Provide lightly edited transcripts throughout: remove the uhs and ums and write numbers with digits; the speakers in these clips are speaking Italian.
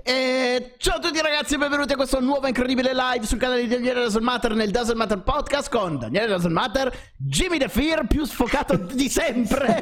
E ciao a tutti ragazzi e benvenuti a questo nuovo incredibile live sul canale di Daniele Doesn't Matter nel Doesn't Matter Podcast con Daniele Doesn't Matter, Jimmy The Fear più sfocato di sempre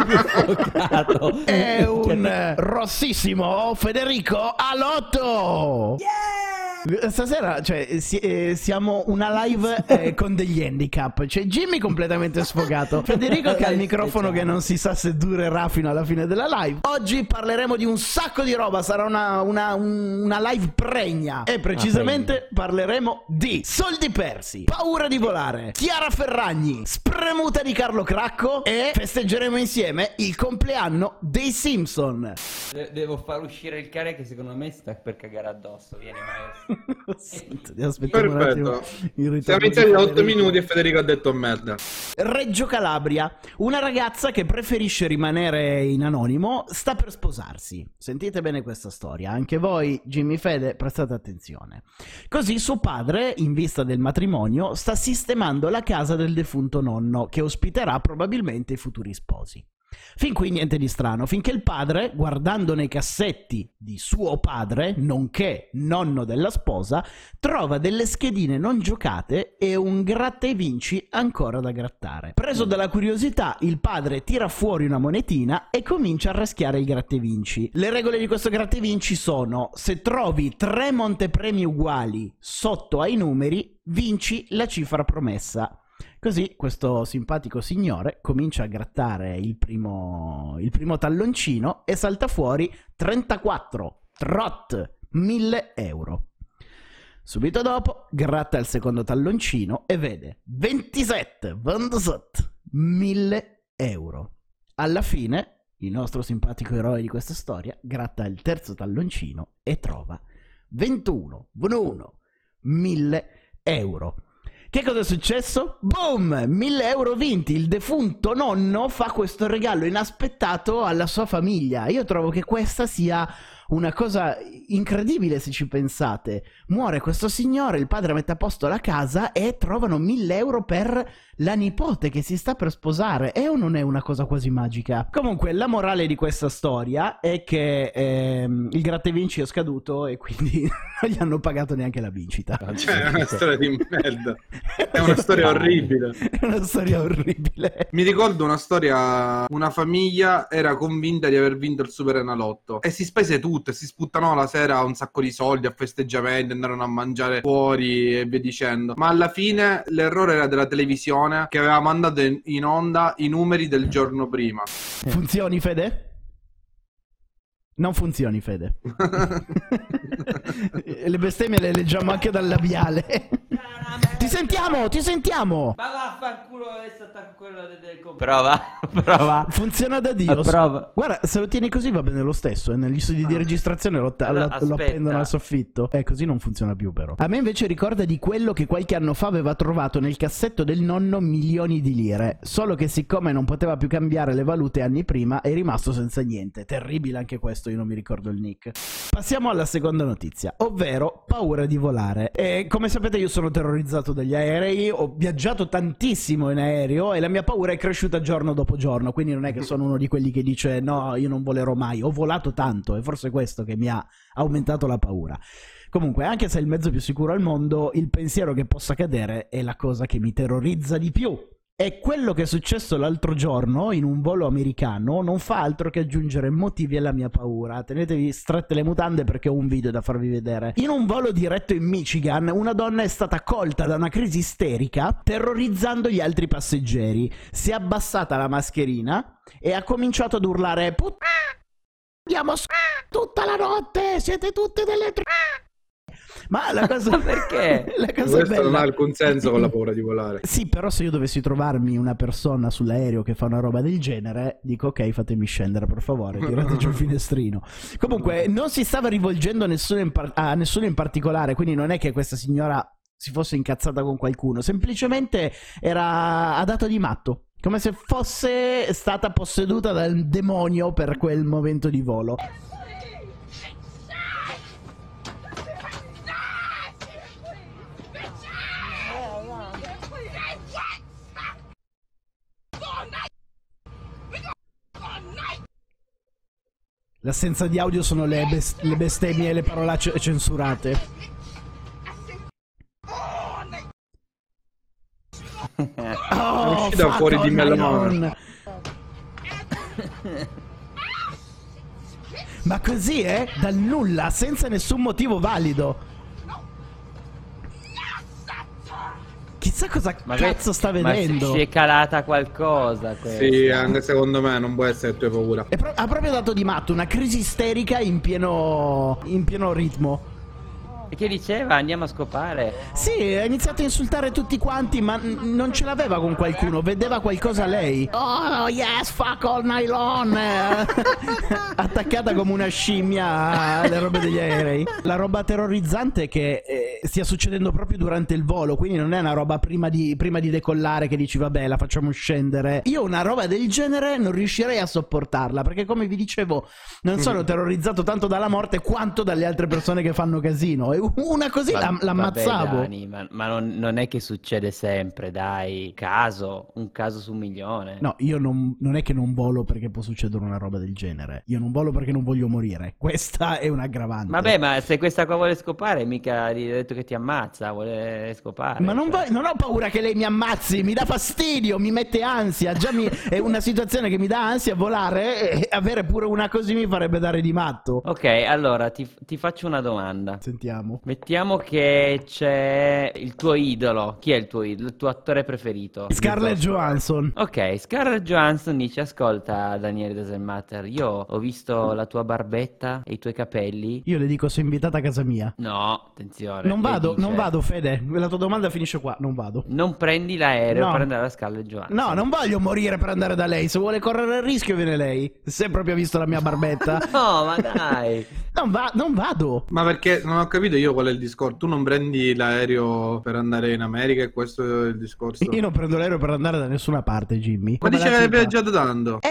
e un rossissimo Federico Alotto. Stasera siamo una live con degli handicap. C'è Jimmy completamente sfogato, Federico che ha il microfono che non si sa se durerà fino alla fine della live. Oggi parleremo di un sacco di roba, sarà una live pregna. E precisamente parleremo di soldi persi, paura di volare, Chiara Ferragni, spremuta di Carlo Cracco e festeggeremo insieme il compleanno dei Simpson. Devo far uscire il cane che secondo me sta per cagare addosso. Vieni maestro. Aspettiamo un attimo. Siamo iniziati da 8 minuti e Federico ha detto merda. Reggio Calabria, una ragazza che preferisce rimanere in anonimo sta per sposarsi. Sentite bene questa storia, anche voi Jimmy Fede prestate attenzione. Così suo padre, in vista del matrimonio, sta sistemando la casa del defunto nonno che ospiterà probabilmente i futuri sposi. Fin qui niente di strano, finché il padre, guardando nei cassetti di suo padre, nonché nonno della sposa, trova delle schedine non giocate e un gratta e vinci ancora da grattare. Preso dalla curiosità, il padre tira fuori una monetina e comincia a raschiare il gratta e vinci. Le regole di questo gratta e vinci sono: se trovi 3 montepremi uguali sotto ai numeri, vinci la cifra promessa. Così questo simpatico signore comincia a grattare il primo talloncino e salta fuori 34 trot 1000 euro. Subito dopo gratta il secondo talloncino e vede 27 1000 euro. Alla fine il nostro simpatico eroe di questa storia gratta il terzo talloncino e trova 21 1000 euro. Che cosa è successo? Boom! 1000 euro vinti! Il defunto nonno fa questo regalo inaspettato alla sua famiglia. Io trovo che questa sia una cosa incredibile se ci pensate. Muore questo signore, il padre mette a posto la casa e trovano 1000 euro per la nipote che si sta per sposare. È o non è una cosa quasi magica? Comunque la morale di questa storia è che il gratta e vinci è scaduto e quindi non gli hanno pagato neanche la vincita. Cioè, è una storia di merda. È una storia orribile. È una storia orribile. Mi ricordo una storia, una famiglia era convinta di aver vinto il Super Enalotto e si spese tutto e si sputtanò la sera un sacco di soldi a festeggiamenti, andarono a mangiare fuori e via dicendo. Ma alla fine l'errore era della televisione che aveva mandato in onda i numeri del giorno prima. Funzioni, Fede? Non funzioni, Fede. Le bestemmie le leggiamo anche dal labiale. Ti sentiamo. Ma vaffanculo, adesso attacco quello del Prova. Funziona da Dio. Prova. Guarda, se lo tieni così va bene lo stesso. Negli studi di registrazione lo appendono al soffitto. Così non funziona più però. A me invece ricorda di quello che qualche anno fa aveva trovato nel cassetto del nonno milioni di lire. Solo che siccome non poteva più cambiare le valute anni prima è rimasto senza niente. Terribile anche questo, io non mi ricordo il nick. Passiamo alla seconda notizia, ovvero paura di volare. E come sapete io sono terrorizzato dagli aerei, ho viaggiato tantissimo in aereo e la mia paura è cresciuta giorno dopo giorno, quindi non è che sono uno di quelli che dice no, io non volerò mai, ho volato tanto e forse è questo che mi ha aumentato la paura. Comunque, anche se è il mezzo più sicuro al mondo, il pensiero che possa cadere è la cosa che mi terrorizza di più. E quello che è successo l'altro giorno in un volo americano non fa altro che aggiungere motivi alla mia paura. Tenetevi strette le mutande perché ho un video da farvi vedere. In un volo diretto in Michigan, una donna è stata colta da una crisi isterica, terrorizzando gli altri passeggeri. Si è abbassata la mascherina e ha cominciato ad urlare: andiamo tutta la notte, siete tutte delle Ma la cosa perché? La cosa Questo bella... non ha alcun senso con la paura di volare. Sì, però se io dovessi trovarmi una persona sull'aereo che fa una roba del genere, dico ok, fatemi scendere per favore, tirate giù il finestrino. Comunque non si stava rivolgendo a nessuno in particolare, quindi non è che questa signora si fosse incazzata con qualcuno, semplicemente ha dato di matto, come se fosse stata posseduta dal demonio per quel momento di volo. L'assenza di audio sono le bestemmie e le parolacce censurate. È uscita fuori di melone. Ma così, dal nulla, senza nessun motivo valido. Chissà cosa cazzo sta vedendo. Ma si è calata qualcosa questa. Sì, anche secondo me non può essere tue paura. Ha proprio dato di matto una crisi isterica in pieno ritmo. E che diceva? Andiamo a scopare. Sì, ha iniziato a insultare tutti quanti, ma non ce l'aveva con qualcuno, vedeva qualcosa lei. Oh yes, fuck all night long. Attaccata come una scimmia alle robe degli aerei. La roba terrorizzante è che stia succedendo proprio durante il volo, quindi non è una roba prima di decollare che dici vabbè la facciamo scendere. Io una roba del genere non riuscirei a sopportarla, perché come vi dicevo non sono terrorizzato tanto dalla morte quanto dalle altre persone che fanno casino. Una così l'ammazzavo. Dani, ma non è che succede sempre, dai. Un caso su 1.000.000. No, io non è che non volo perché può succedere una roba del genere. Io non volo perché non voglio morire. Questa è un'aggravante. Vabbè, ma se questa qua vuole scopare, mica gli ho detto che ti ammazza, vuole scopare. Ma non ho paura che lei mi ammazzi, mi dà fastidio, mi mette ansia. Già è una situazione che mi dà ansia volare, e avere pure una così mi farebbe dare di matto. Ok, allora ti faccio una domanda. Sentiamo. Mettiamo che c'è il tuo idolo. Chi è il tuo idolo? Il tuo attore preferito? Scarlett Johansson. Ok, Scarlett Johansson dice: ascolta, Daniele Doesn't Matter, io ho visto la tua barbetta e i tuoi capelli. Io le dico sei invitata a casa mia. No, attenzione. Non vado Fede, la tua domanda finisce qua, non vado. Non prendi l'aereo per andare a Scarlett Johansson. No, non voglio morire per andare da lei, se vuole correre il rischio viene lei. Se proprio ha visto la mia barbetta. No, ma dai. Non vado. Ma perché non ho capito io qual è il discorso. Tu non prendi l'aereo per andare in America e questo è il discorso. Io non prendo l'aereo per andare da nessuna parte, Jimmy. Ma dice che hai viaggiato tanto.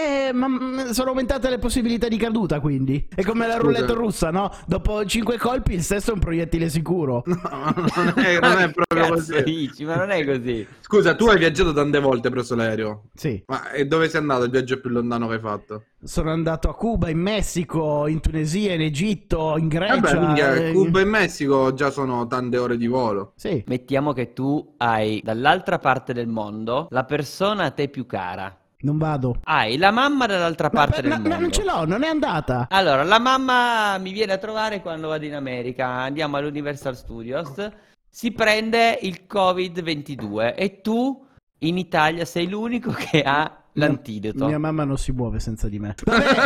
Ma sono aumentate le possibilità di caduta, quindi. È come la roulette russa, no? Dopo 5 colpi il sesto è un proiettile sicuro. No, non è proprio così. Dici, ma non è così. Scusa, tu hai viaggiato tante volte, hai preso l'aereo? Sì. Ma e dove sei andato? Il viaggio più lontano che hai fatto? Sono andato a Cuba, in Messico, in Tunisia, in Egitto, in Grecia. Vabbè, Cuba e Messico già sono tante ore di volo. Sì. Mettiamo che tu hai dall'altra parte del mondo la persona a te più cara. Non vado. Hai la mamma dall'altra parte del mondo. No, non ce l'ho, non è andata. Allora, la mamma mi viene a trovare quando vado in America. Andiamo all'Universal Studios. Si prende il Covid-22 e tu in Italia sei l'unico che ha l'antidoto. Mia mamma non si muove senza di me.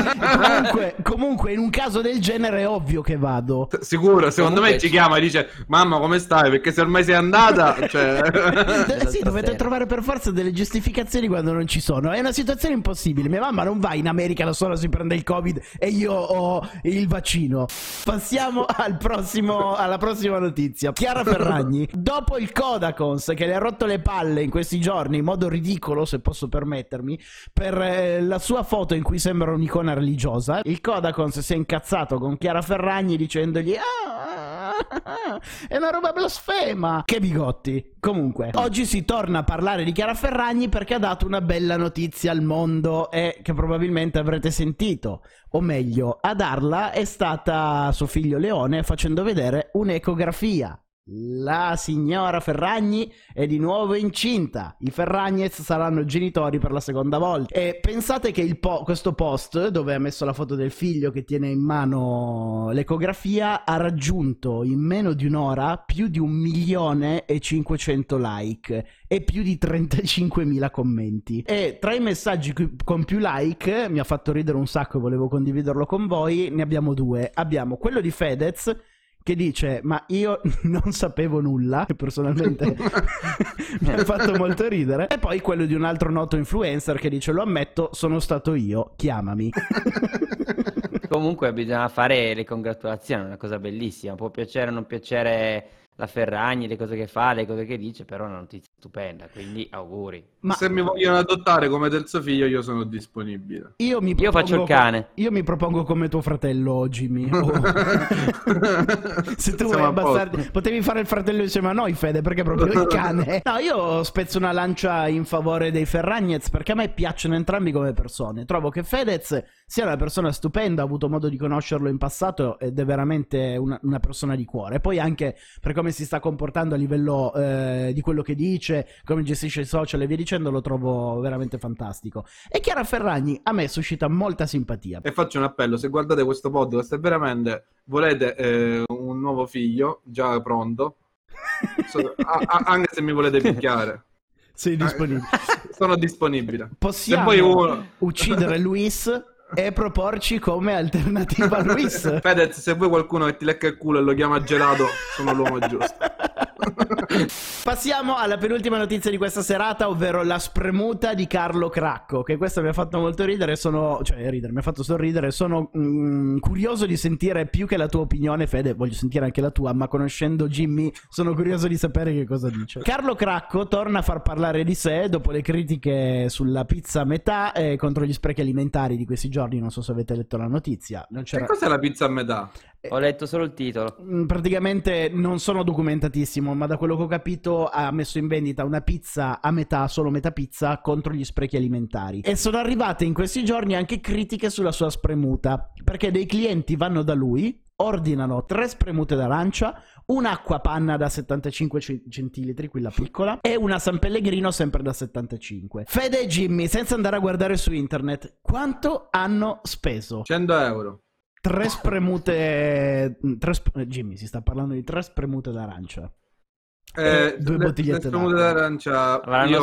Vabbè, comunque in un caso del genere è ovvio che vado. Sicuro, secondo me ci chiama e dice: mamma, come stai? Perché se ormai sei andata, cioè... Sì, dovete trovare per forza delle giustificazioni quando non ci sono. È una situazione impossibile. Mia mamma non va in America da sola, si prende il Covid e io ho il vaccino. Passiamo alla prossima notizia. Chiara Ferragni, dopo il Codacons che le ha rotto le palle in questi giorni in modo ridicolo, se posso permettermi, per la sua foto in cui sembra un'icona religiosa, il Codacons si è incazzato con Chiara Ferragni dicendogli è una roba blasfema. Che bigotti. Comunque, oggi si torna a parlare di Chiara Ferragni perché ha dato una bella notizia al mondo e che probabilmente avrete sentito. O meglio, a darla è stata suo figlio Leone facendo vedere un'ecografia. La signora Ferragni è di nuovo incinta. I Ferragnez saranno genitori per la seconda volta. E pensate che questo post, dove ha messo la foto del figlio che tiene in mano l'ecografia, ha raggiunto in meno di un'ora più di 1.500.000 like e più di 35.000 commenti. E tra i messaggi con più like, mi ha fatto ridere un sacco e volevo condividerlo con voi, ne abbiamo due. Abbiamo quello di Fedez che dice: ma io non sapevo nulla, personalmente mi ha fatto molto ridere. E poi quello di un altro noto influencer che dice: lo ammetto, sono stato io, chiamami. Comunque bisogna fare le congratulazioni, è una cosa bellissima. Può piacere o non piacere la Ferragni, le cose che fa, le cose che dice, però è una notizia stupenda, quindi auguri. Se mi vogliono adottare come terzo figlio, io sono disponibile. Io faccio il cane. Io mi propongo come tuo fratello, Jimmy. Se tu vuoi abbassarti, potevi fare il fratello insieme a noi, Fede, perché proprio il cane. No, io spezzo una lancia in favore dei Ferragnez, perché a me piacciono entrambi come persone. Trovo che Fedez sia una persona stupenda, ho avuto modo di conoscerlo in passato ed è veramente una persona di cuore. Poi anche per come si sta comportando a livello di quello che dice, come gestisce i social e via dicendo, lo trovo veramente fantastico. E Chiara Ferragni a me suscita molta simpatia. E faccio un appello: se guardate questo podcast e veramente volete un nuovo figlio già pronto, anche se mi volete picchiare, sei disponibile. Sono disponibile. Possiamo se poi uccidere Luis e proporci come alternativa a Luis. Fedez, se vuoi qualcuno che ti lecca il culo e lo chiama gelato, sono l'uomo giusto. Passiamo alla penultima notizia di questa serata, ovvero la spremuta di Carlo Cracco, che questo mi ha fatto molto ridere, mi ha fatto sorridere. Sono curioso di sentire più che la tua opinione, Fede, voglio sentire anche la tua, ma conoscendo Jimmy sono curioso di sapere che cosa dice. Carlo Cracco torna a far parlare di sé dopo le critiche sulla pizza a metà e contro gli sprechi alimentari di questi giorni. Non so se avete letto la notizia. Che cos'è la pizza a metà? Ho letto solo il titolo. Praticamente non sono documentatissimo, ma da quello che ho capito ha messo in vendita una pizza a metà, solo metà pizza, contro gli sprechi alimentari. E sono arrivate in questi giorni anche critiche sulla sua spremuta, perché dei clienti vanno da lui, ordinano 3 spremute d'arancia, un'acqua panna da 75 centilitri, quella piccola, e una San Pellegrino sempre da 75. Fede e Jimmy, senza andare a guardare su internet, quanto hanno speso? 100 euro. 3 spremute. Jimmy, si sta parlando di 3 spremute d'arancia. 2 bottigliette d'arancia. Avranno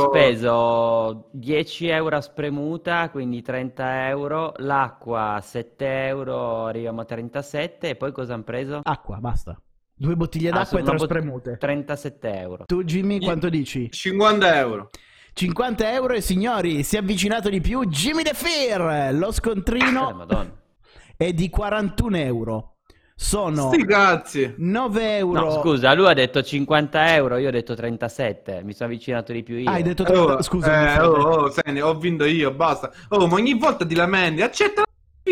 speso 10 euro a spremuta, quindi 30 euro. L'acqua 7 euro, arriviamo a 37. E poi cosa hanno preso? Acqua, basta. 2 bottiglie d'acqua e 3 spremute. 37 euro. Tu, Jimmy, quanto dici? 50 euro. 50 euro e signori, si è avvicinato di più Jimmy The Fear. Lo scontrino Madonna. È di 41 euro. Sono sti cazzi. 9 euro. No, scusa, lui ha detto 50 euro, io ho detto 37. Mi sono avvicinato di più io. Hai detto 30. Scusa. Senti, ho vinto io, basta. Ma ogni volta ti lamenti, accetta.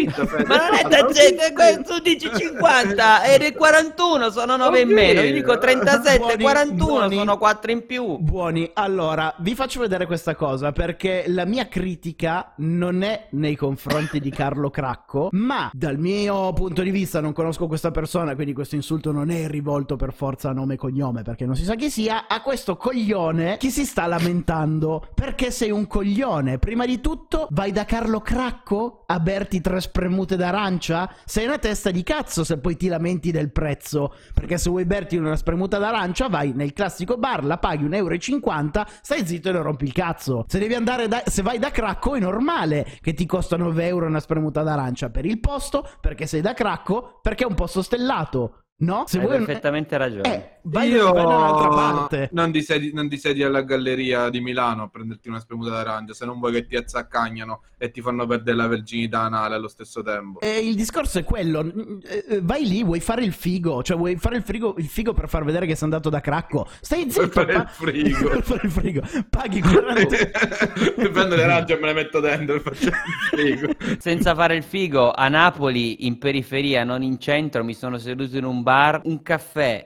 Ma non è da gente, tu dici 50 ed è 41, sono 9 in meno. Io dico 37, 41, sono 4 in più. Buoni, allora vi faccio vedere questa cosa, perché la mia critica non è nei confronti di Carlo Cracco, ma dal mio punto di vista, non conosco questa persona, quindi questo insulto non è rivolto per forza a nome e cognome, perché non si sa chi sia, a questo coglione che si sta lamentando. Perché sei un coglione? Prima di tutto vai da Carlo Cracco a berti 3 spremute d'arancia? Sei una testa di cazzo se poi ti lamenti del prezzo, perché se vuoi berti una spremuta d'arancia vai nel classico bar, la paghi 1,50 €, stai zitto e non rompi il cazzo. Se devi andare se vai da Cracco è normale che ti costa 9 euro una spremuta d'arancia, per il posto, perché sei da Cracco, perché è un posto stellato. No? Se hai vuoi perfettamente ragione. Vai da un'altra parte. Non ti sedi alla galleria di Milano a prenderti una spremuta d'arancia se non vuoi che ti azzaccagnano e ti fanno perdere la verginità anale allo stesso tempo. Il discorso è quello. Vai lì, vuoi fare il figo, cioè vuoi fare il figo per far vedere che sei andato da Cracco. Stai zitto. Per fare il frigo. Paghi 40. Prendo le arance e me le metto dentro e faccio il frigo. Senza fare il figo, a Napoli, in periferia, non in centro, mi sono seduto in un bar, un caffè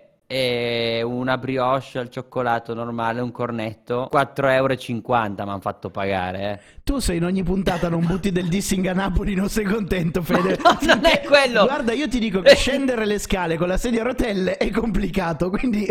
e una brioche al cioccolato normale, un cornetto, 4,50 € mi hanno fatto pagare. Tu sei in ogni puntata, non butti del dissing a Napoli, non sei contento, Fede? No, non è quello. Guarda, io ti dico che scendere le scale con la sedia a rotelle è complicato, quindi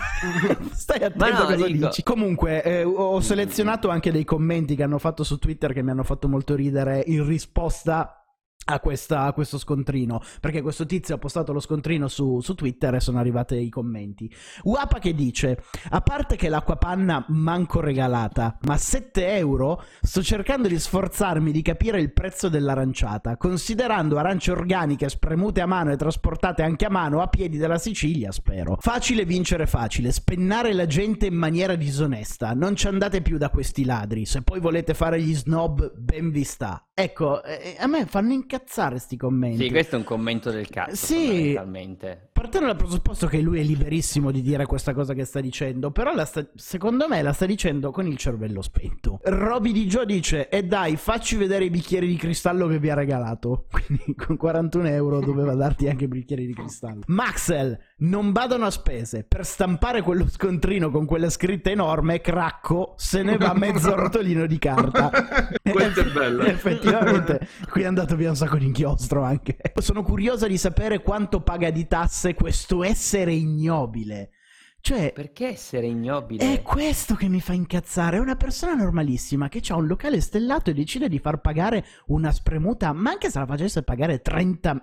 stai attento a cosa dici. Comunque, ho selezionato anche dei commenti che hanno fatto su Twitter che mi hanno fatto molto ridere in risposta a questo scontrino, perché questo tizio ha postato lo scontrino su Twitter e sono arrivate i commenti. Uapa che dice: a parte che l'acqua panna manco regalata, ma 7 euro, sto cercando di sforzarmi di capire il prezzo dell'aranciata, considerando arance organiche spremute a mano e trasportate anche a mano a piedi della Sicilia, spero. Facile vincere facile, spennare la gente in maniera disonesta, non ci andate più da questi ladri, se poi volete fare gli snob ben vi sta. Ecco, a me fanno incazzare sti commenti. Sì, questo è un commento del cazzo, sì, fondamentalmente. partendo dal presupposto che lui è liberissimo di dire questa cosa che sta dicendo, però secondo me la sta dicendo con il cervello spento. Roby Di Gio dice: e dai, facci vedere i bicchieri di cristallo che vi ha regalato. Quindi con 41 euro doveva darti anche i bicchieri di cristallo. Maxel: non badano a spese, per stampare quello scontrino con quella scritta enorme, Cracco se ne va mezzo rotolino di carta. Questo è bello. Effettivamente qui è andato via un sacco di inchiostro anche. Sono curiosa di sapere quanto paga di tasse questo essere ignobile. Cioè, perché essere ignobile? È questo che mi fa incazzare. È una persona normalissima che ha un locale stellato e decide di far pagare una spremuta, ma anche se la facesse pagare 30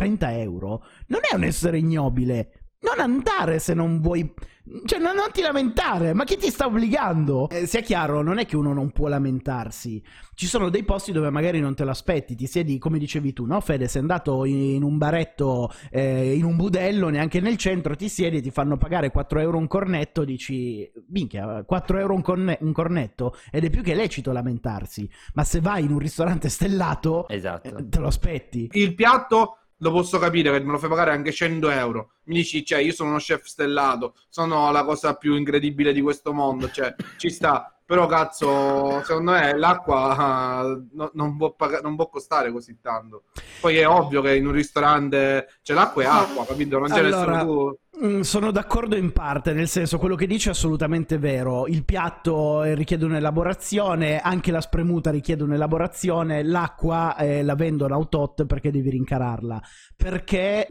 euro, non è un essere ignobile. Non andare se non vuoi, cioè non ti lamentare, ma chi ti sta obbligando? Sia chiaro, non è che uno non può lamentarsi. Ci sono dei posti dove magari non te lo aspetti, ti siedi, come dicevi tu, no Fede? Sei andato in un baretto, in un budello, neanche nel centro, ti siedi e ti fanno pagare 4 euro un cornetto, dici, minchia, 4 euro un cornetto, ed è più che lecito lamentarsi. Ma se vai in un ristorante stellato, esatto, te lo aspetti. Il piatto lo posso capire che me lo fai pagare anche 100 euro. Mi dici, cioè, io sono uno chef stellato, sono la cosa più incredibile di questo mondo, cioè, ci sta. Però, cazzo, secondo me l'acqua non può costare così tanto. Poi è ovvio che in un ristorante, cioè, l'acqua è acqua, capito? Non c'è nessuno tu... Sono d'accordo in parte, nel senso, quello che dice è assolutamente vero. Il piatto richiede un'elaborazione, anche la spremuta richiede un'elaborazione, l'acqua la vendono autot perché devi rincararla. Perché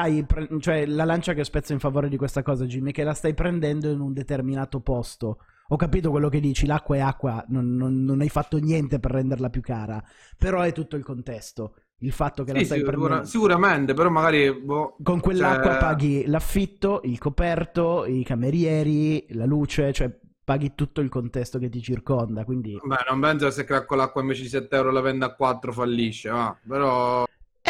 cioè la lancia che spezzo in favore di questa cosa, Jimmy, che la stai prendendo in un determinato posto. Ho capito quello che dici, l'acqua è acqua, non hai fatto niente per renderla più cara, però è tutto il contesto. Il fatto che la stai prendendo sicuramente, però magari con quell'acqua paghi l'affitto, il coperto, i camerieri, la luce, cioè paghi tutto il contesto che ti circonda, quindi... Beh, non penso se Cracco l'acqua invece di 7 euro la vende a 4 fallisce, però...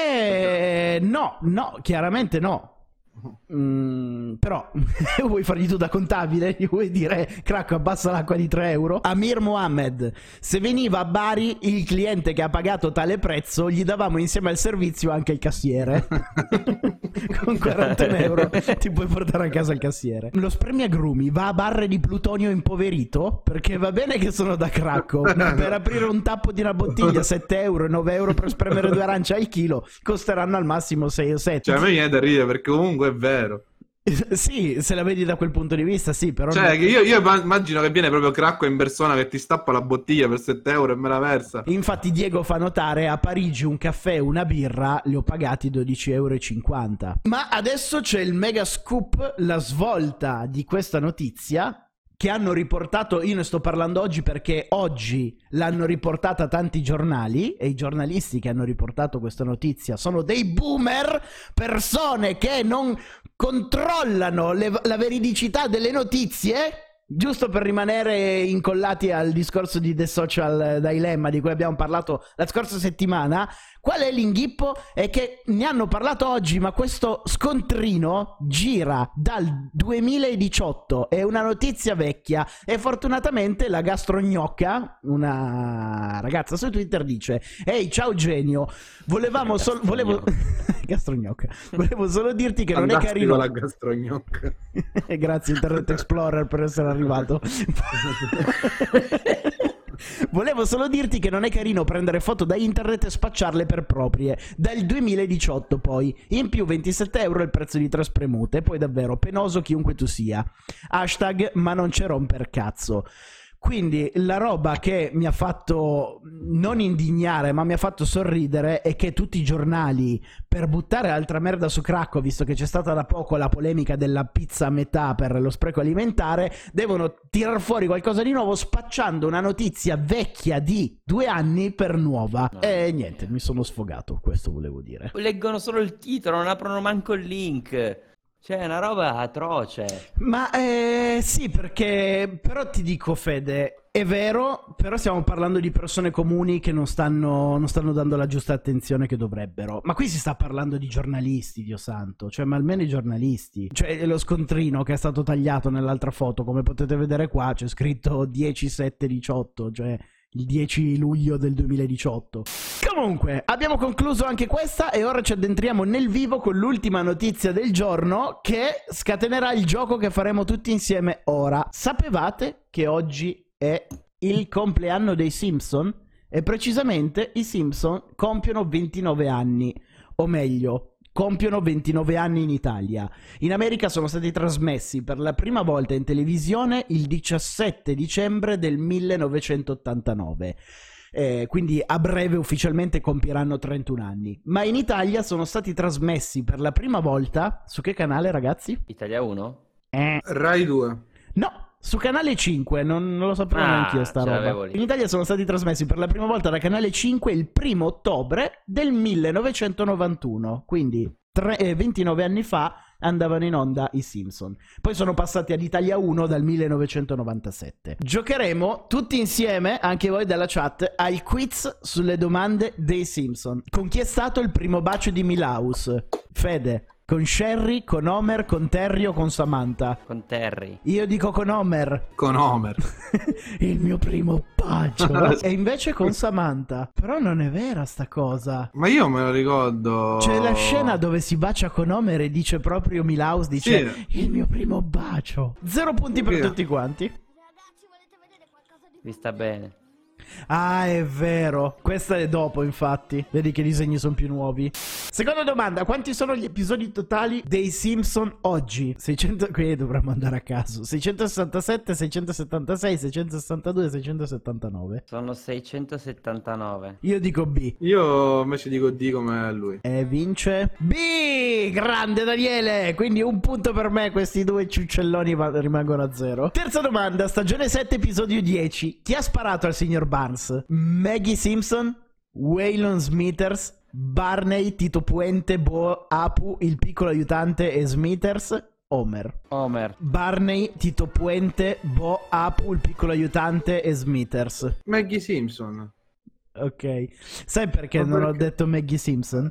No, chiaramente no. Però vuoi fargli tu da contabile? Gli vuoi dire Cracco abbassa l'acqua di 3 euro? Amir Mohammed: se veniva a Bari il cliente che ha pagato tale prezzo gli davamo insieme al servizio anche il cassiere. Con 41 euro ti puoi portare a casa il cassiere. Lo spremiagrumi va a barre di plutonio impoverito? Perché va bene che sono da Cracco, ma per aprire un tappo di una bottiglia 7 euro, 9 euro per spremere 2 arance al chilo costeranno al massimo 6 o 7. Cioè a me viene da ridere perché comunque è vero. Sì, se la vedi da quel punto di vista, sì, però... Cioè, che io immagino che viene proprio Cracco in persona che ti stappa la bottiglia per 7 euro e me la versa. Infatti Diego fa notare, a Parigi un caffè e una birra li ho pagati 12,50 euro. Ma adesso c'è il mega scoop, la svolta di questa notizia che hanno riportato, io ne sto parlando oggi perché oggi l'hanno riportata tanti giornali e i giornalisti che hanno riportato questa notizia sono dei boomer, persone che non controllano la veridicità delle notizie. Giusto per rimanere incollati al discorso di The Social Dilemma di cui abbiamo parlato la scorsa settimana, qual è l'inghippo? È che ne hanno parlato oggi, ma questo scontrino gira dal 2018, è una notizia vecchia e fortunatamente la Gastrognocca, una ragazza su Twitter, dice: ehi, ciao genio, volevo Gastrognocca, volevo solo dirti che non è carino la Gastrognocca. Grazie Internet Explorer per essere arrivato. Volevo solo dirti che non è carino prendere foto da internet e spacciarle per proprie. Dal 2018 poi. In più 27 euro il prezzo di 3 spremute. Poi davvero penoso chiunque tu sia. Hashtag ma non c'è romper cazzo. Quindi la roba che mi ha fatto non indignare ma mi ha fatto sorridere è che tutti i giornali, per buttare altra merda su Cracco, visto che c'è stata da poco la polemica della pizza a metà per lo spreco alimentare, devono tirar fuori qualcosa di nuovo spacciando una notizia vecchia di 2 anni per nuova. E niente, mi sono sfogato, questo volevo dire. Leggono solo il titolo, non aprono manco il link. Cioè, è una roba atroce. Ma sì, perché però ti dico, Fede, è vero, però stiamo parlando di persone comuni che non stanno dando la giusta attenzione che dovrebbero. Ma qui si sta parlando di giornalisti, Dio santo, cioè, ma almeno i giornalisti. Cioè, lo scontrino che è stato tagliato nell'altra foto, come potete vedere qua, c'è scritto 10, 7, 18, cioè il 10 luglio del 2018. Comunque, abbiamo concluso anche questa e ora ci addentriamo nel vivo con l'ultima notizia del giorno che scatenerà il gioco che faremo tutti insieme ora. Sapevate che oggi è il compleanno dei Simpson? E precisamente i Simpson compiono 29 anni, o meglio, compiono 29 anni in Italia. In America sono stati trasmessi per la prima volta in televisione il 17 dicembre del 1989. Quindi a breve ufficialmente compieranno 31 anni. Ma in Italia sono stati trasmessi per la prima volta su che canale, ragazzi? Italia 1? Rai 2. No, su Canale 5, non lo sapevo neanche io sta roba. In Italia sono stati trasmessi per la prima volta da Canale 5 il 1° ottobre del 1991, quindi 29 anni fa andavano in onda i Simpson. Poi sono passati ad Italia 1 dal 1997. Giocheremo tutti insieme, anche voi dalla chat, al quiz sulle domande dei Simpson. Con chi è stato il primo bacio di Milhouse? Fede? Con Sherry, con Homer, con Terry o con Samantha? Con Terry. Io dico con Homer. Con Homer. Il mio primo bacio. E invece con Samantha. Però non è vera sta cosa. Ma io me lo ricordo. C'è la scena dove si bacia con Homer e dice proprio Milhouse, dice sì, il mio primo bacio. 0 punti per tutti quanti. Ragazzi, volete vedere qualcosa di... Vi sta bene. Ah, è vero. Questa è dopo, infatti. Vedi che i disegni sono più nuovi. Seconda domanda: quanti sono gli episodi totali dei Simpson oggi? 600. Qui dovremmo andare a caso. 667, 676, 662, 679. Sono 679. Io dico B. Io invece dico D come lui. E vince B. Grande Daniele. Quindi 1 punto per me. Questi 2 ciuccelloni rimangono a 0. Terza domanda: stagione 7, episodio 10. Chi ha sparato al signor Barnes? Maggie Simpson, Waylon Smithers, Barney, Tito Puente, Bo Apu, il piccolo aiutante e Smithers? Homer. Barney, Tito Puente, Bo Apu, il piccolo aiutante e Smithers. Maggie Simpson. Ok. Sai perché non ho detto Maggie Simpson?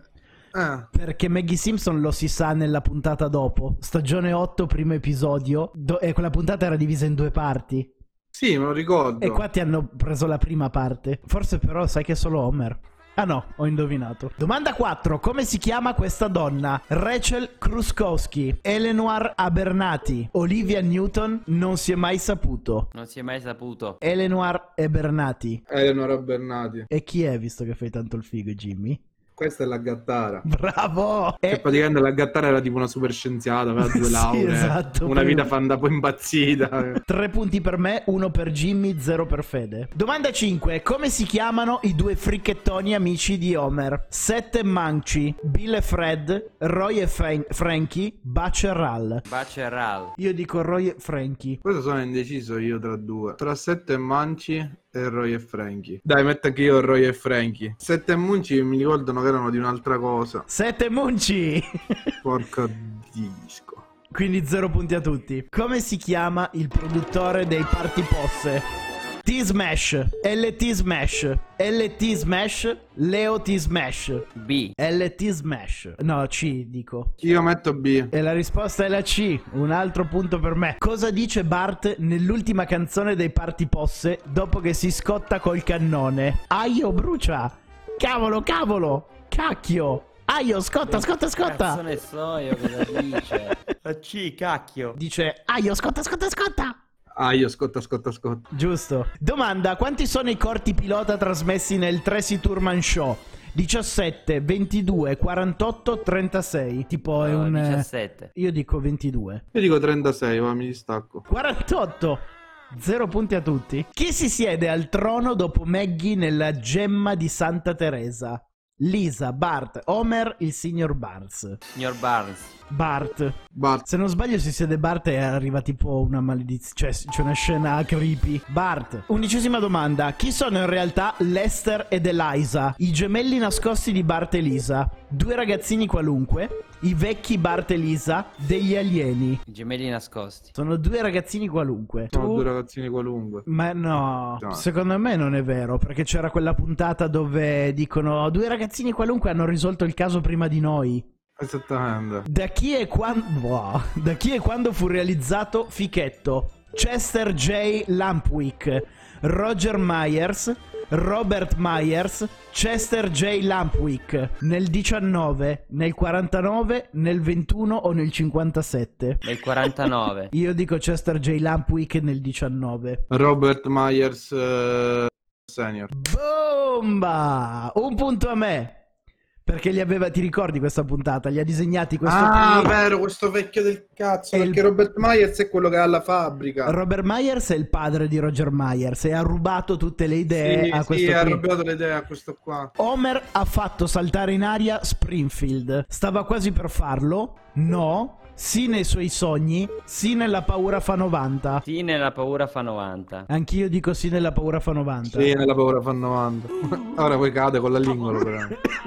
Perché Maggie Simpson lo si sa nella puntata dopo. Stagione 8, primo episodio. E quella puntata era divisa in 2 parti. Sì, me lo ricordo. E qua ti hanno preso la prima parte. Forse però sai che è solo Homer. Ah no, ho indovinato. Domanda 4. Come si chiama questa donna? Rachel Kruskowski, Eleanor Abernathy, Olivia Newton? Non si è mai saputo. Non si è mai saputo. Eleanor Abernathy. Eleanor Abernathy. E chi è, visto che fai tanto il figo, Jimmy? Questa è la Gattara. Bravo! Che praticamente la Gattara era tipo una super scienziata, aveva 2 lauree, esatto, una vita fanda poi impazzita. 3 punti per me, 1 per Jimmy, 0 per Fede. Domanda 5. Come si chiamano i 2 fricchettoni amici di Homer? Seth e Munchie, Bill e Fred, Roy e Frankie, Butch e Ral. Io dico Roy e Frankie. Questo sono indeciso io tra 2. Tra Seth e Munchie e Roy e Frankie. Dai, metto anche io Roy e Frankie. Seth e Munchie mi ricordano che erano di un'altra cosa. Seth e Munchie. Porca disco. Quindi 0 punti a tutti. Come si chiama il produttore dei Party Posse? T-Smash, LT Smash, LT Smash, Leo T-Smash. B. LT Smash. No, C dico. Io metto B. E la risposta è la C. Un altro punto per me. Cosa dice Bart nell'ultima canzone dei Party Posse dopo che si scotta col cannone? Aio, brucia. Cavolo, cacchio. Aio, scotta. Cazzo ne so io cosa dice. La C, cacchio. Dice aio, scotta. Ah, io scotta. Giusto. Domanda: quanti sono i corti pilota trasmessi nel Tracy Turman Show? 17, 22, 48, 36. Tipo è un 17. Io dico 22. Io dico 36, ma mi distacco. 48. 0 punti a tutti. Chi si siede al trono dopo Maggie nella Gemma di Santa Teresa? Lisa, Bart, Homer, il signor Barnes. Signor Barnes. Bart. Se non sbaglio si siede Bart e arriva tipo una maledizione. Cioè c'è una scena creepy. Bart. 11ª domanda. Chi sono in realtà Lester ed Eliza? I gemelli nascosti di Bart e Lisa? 2 ragazzini qualunque? I vecchi Bart e Lisa? Degli alieni? I gemelli nascosti. Sono 2 ragazzini qualunque. Sono 2 ragazzini qualunque. Ma no, secondo me non è vero, perché c'era quella puntata dove dicono 2 ragazzini qualunque hanno risolto il caso prima di noi. Esattamente. Da chi e quando fu realizzato Fichetto? Chester J. Lampwick, Roger Myers, Robert Myers, Chester J. Lampwick, nel 19, nel 49, nel 21 o nel 57? Nel 49. Io dico Chester J. Lampwick nel 19. Robert Myers Senior. Bomba! Un punto a me. Perché li aveva, ti ricordi questa puntata? Li ha disegnati questo vero, questo vecchio del cazzo. È Perché Robert Myers è quello che ha la fabbrica. Robert Myers è il padre di Roger Myers e ha rubato tutte le idee a questo Sì, ha qui. rubato le idee a questo qua. Homer ha fatto saltare in aria Springfield. Stava quasi per farlo? No. Sì nei suoi sogni, sì nella paura fa 90. Sì, nella paura fa 90. Anch'io dico sì nella paura fa 90. Sì, nella paura fa 90. Ora poi cade con la lingua però.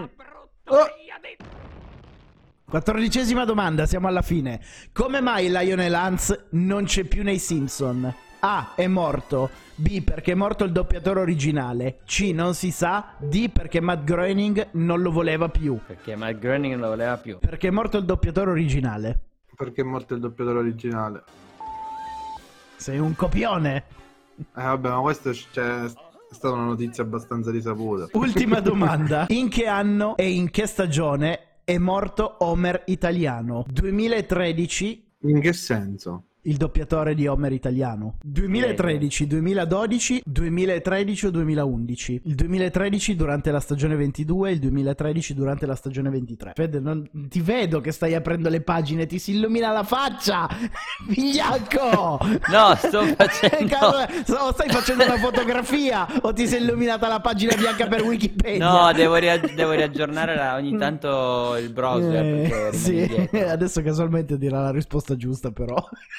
14ª domanda, siamo alla fine. Come mai Lionel Hutz non c'è più nei Simpson? A. È morto. B. Perché è morto il doppiatore originale. C. Non si sa. D. Perché Matt Groening non lo voleva più. Perché Matt Groening non lo voleva più. Perché è morto il doppiatore originale. Perché è morto il doppiatore originale. Sei un copione. Vabbè, ma questo è stata una notizia abbastanza risaputa. Ultima domanda. In che anno e in che stagione è morto Homer italiano? 2013. In che senso? Il doppiatore di Homer italiano. 2013, 2012, 2013 o 2011? Il 2013 durante la stagione 22 e il 2013 durante la stagione 23. Fede, non ti vedo che stai aprendo le pagine, ti si illumina la faccia! Vigliacco! No, sto facendo... O stai facendo una fotografia o ti si è illuminata la pagina bianca per Wikipedia? No, devo riaggiornare ogni tanto il browser. Perché sì, indietro. adesso casualmente dirà la risposta giusta però.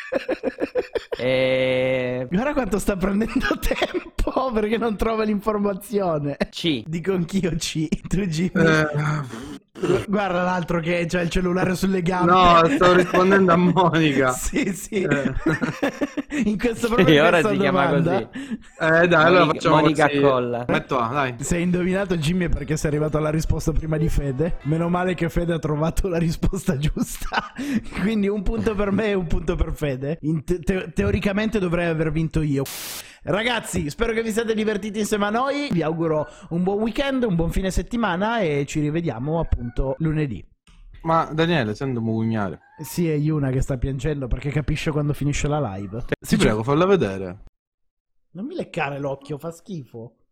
Guarda quanto sta prendendo tempo perché non trova l'informazione. C. Dico anch'io C. Tu G. Guarda l'altro che c'ha il cellulare sulle gambe. No, stavo rispondendo a Monica. Sì. In questo Sì, proprio ora questa si chiama domanda. così. Dai, allora facciamo Monica così. Colla. Metto A, dai. Se hai indovinato Jimmy è perché sei arrivato alla risposta prima di Fede. Meno male che Fede ha trovato la risposta giusta. Quindi un punto per me e un punto per Fede. Teoricamente dovrei aver vinto io. Ragazzi, spero che vi siate divertiti insieme a noi. Vi auguro un buon weekend, un buon fine settimana e ci rivediamo appunto lunedì. Ma Daniele, sento mugugnare. Sì, è Yuna che sta piangendo perché capisce quando finisce la live. Ti prego, falla vedere. Non mi leccare l'occhio, fa schifo.